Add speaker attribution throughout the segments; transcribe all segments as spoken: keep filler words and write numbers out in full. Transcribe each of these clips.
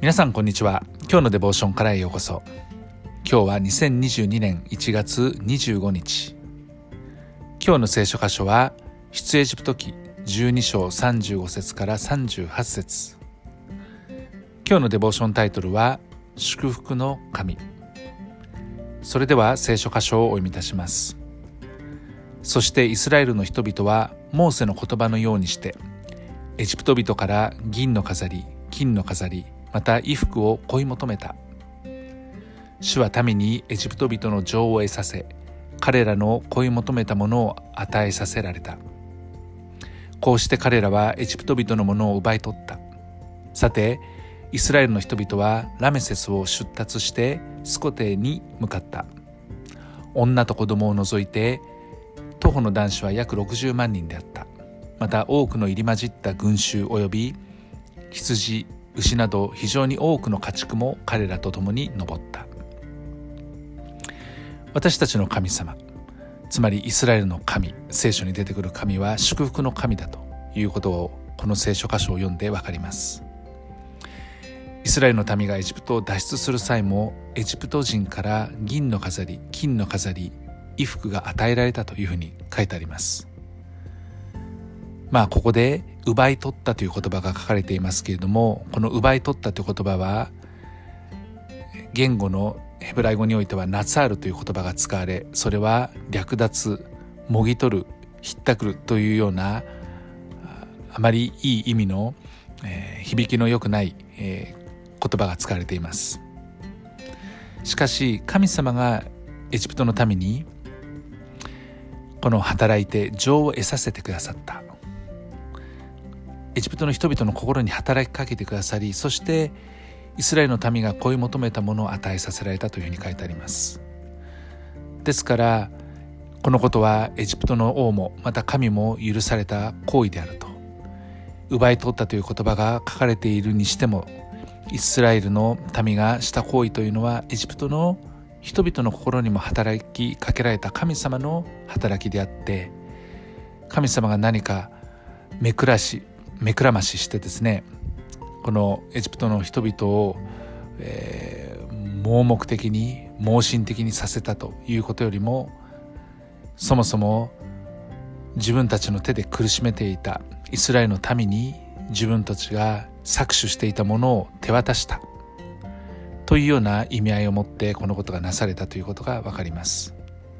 Speaker 1: 皆さんこんにちは。今日のデボーションからへようこそ。今日はにせんにじゅうにねんいちがつにじゅうごにち。今日の聖書箇所は出エジプト記じゅうにしょうさんじゅうごせつからさんじゅうはちせつ。今日のデボーションタイトルは祝福の神。それでは聖書箇所をお読みいたします。そしてイスラエルの人々はモーセの言葉のようにしてエジプト人から銀の飾り、金の飾り、また衣服を恋求めた。主は民にエジプト人の情を得させ、彼らの恋求めたものを与えさせられた。こうして彼らはエジプト人のものを奪い取った。さて、イスラエルの人々はラメセスを出立してスコテに向かった。女と子供を除いて徒歩の男子は約ろくじゅうまんにんであった。また多くの入り混じった群衆および羊、牛など非常に多くの家畜も彼らと共に登った。私たちの神様、つまりイスラエルの神、聖書に出てくる神は祝福の神だということをこの聖書箇所を読んでわかります。イスラエルの民がエジプトを脱出する際もエジプト人から銀の飾り、金の飾り、衣服が与えられたというふうに書いてあります。まあここで奪い取ったという言葉が書かれていますけれども、この奪い取ったという言葉は言語のヘブライ語においてはナツァールという言葉が使われ、それは略奪、もぎ取る、ひったくるというようなあまりいい意味の、えー、響きの良くない、えー、言葉が使われています。しかし神様がエジプトのためにこの働いて情を得させてくださった。エジプトの人々の心に働きかけてくださり、そしてイスラエルの民が恋求めたものを与えさせられたというふうに書いてあります。ですからこのことはエジプトの王もまた神も許された行為であると。奪い取ったという言葉が書かれているにしても、イスラエルの民がした行為というのはエジプトの人々の心にも働きかけられた神様の働きであって、神様が何か目くらし目くらまししてですね、このエジプトの人々を、えー、盲目的に盲信的にさせたということよりも、そもそも自分たちの手で苦しめていたイスラエルの民に自分たちが搾取していたものを手渡したというような意味合いを持ってこのことがなされたということがわかります。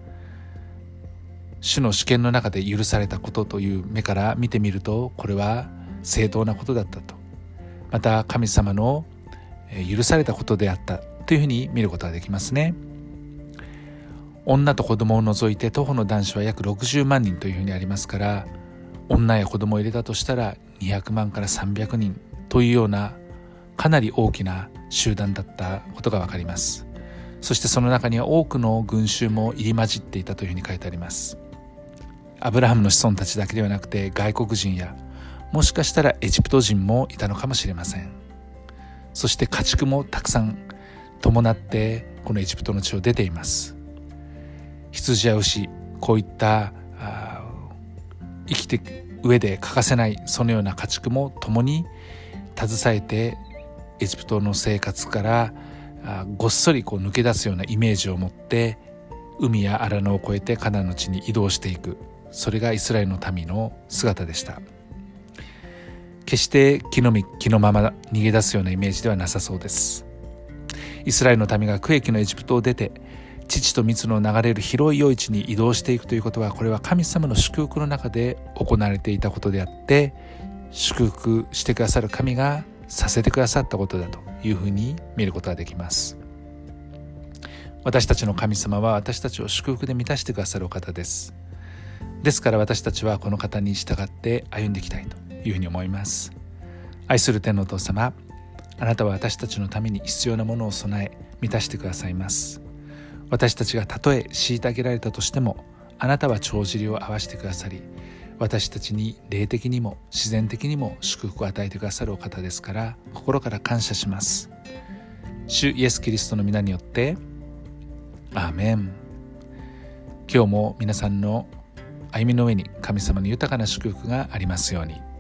Speaker 1: 主の主権の中で許されたことという目から見てみると、これは正当なことだったと、また神様の許されたことであったというふうに見ることができますね。女と子供を除いて徒歩の男子は約ろくじゅうまんにんというふうにありますから、女や子供を入れたとしたらにひゃくまんからさんびゃくにんというようなかなり大きな集団だったことがわかります。そしてその中には多くの群衆も入り混じっていたというふうに書いてあります。アブラハムの子孫たちだけではなくて、外国人やもしかしたらエジプト人もいたのかもしれません。そして家畜もたくさん伴ってこのエジプトの地を出ています。羊や牛、こういった生きていく上で欠かせないそのような家畜も共に携えてエジプトの生活からごっそりこう抜け出すようなイメージを持って海や荒野を越えてカナンの地に移動していく、それがイスラエルの民の姿でした。決して気の身気のまま逃げ出すようなイメージではなさそうです。イスラエルの民が苦役のエジプトを出て乳と蜜の流れる広い余地に移動していくということは、これは神様の祝福の中で行われていたことであって、祝福してくださる神がさせてくださったことだというふうに見ることができます。私たちの神様は私たちを祝福で満たしてくださるお方です。ですから私たちはこの方に従って歩んでいきたいというふうに思います。愛する天のお父様、あなたは私たちのために必要なものを備え満たしてくださいます。私たちがたとえ虐げられたとしても、あなたは帳尻を合わせてくださり、私たちに霊的にも自然的にも祝福を与えてくださるお方ですから、心から感謝します。主イエス・キリストの皆によってアーメン。今日も皆さんの歩みの上に神様の豊かな祝福がありますように。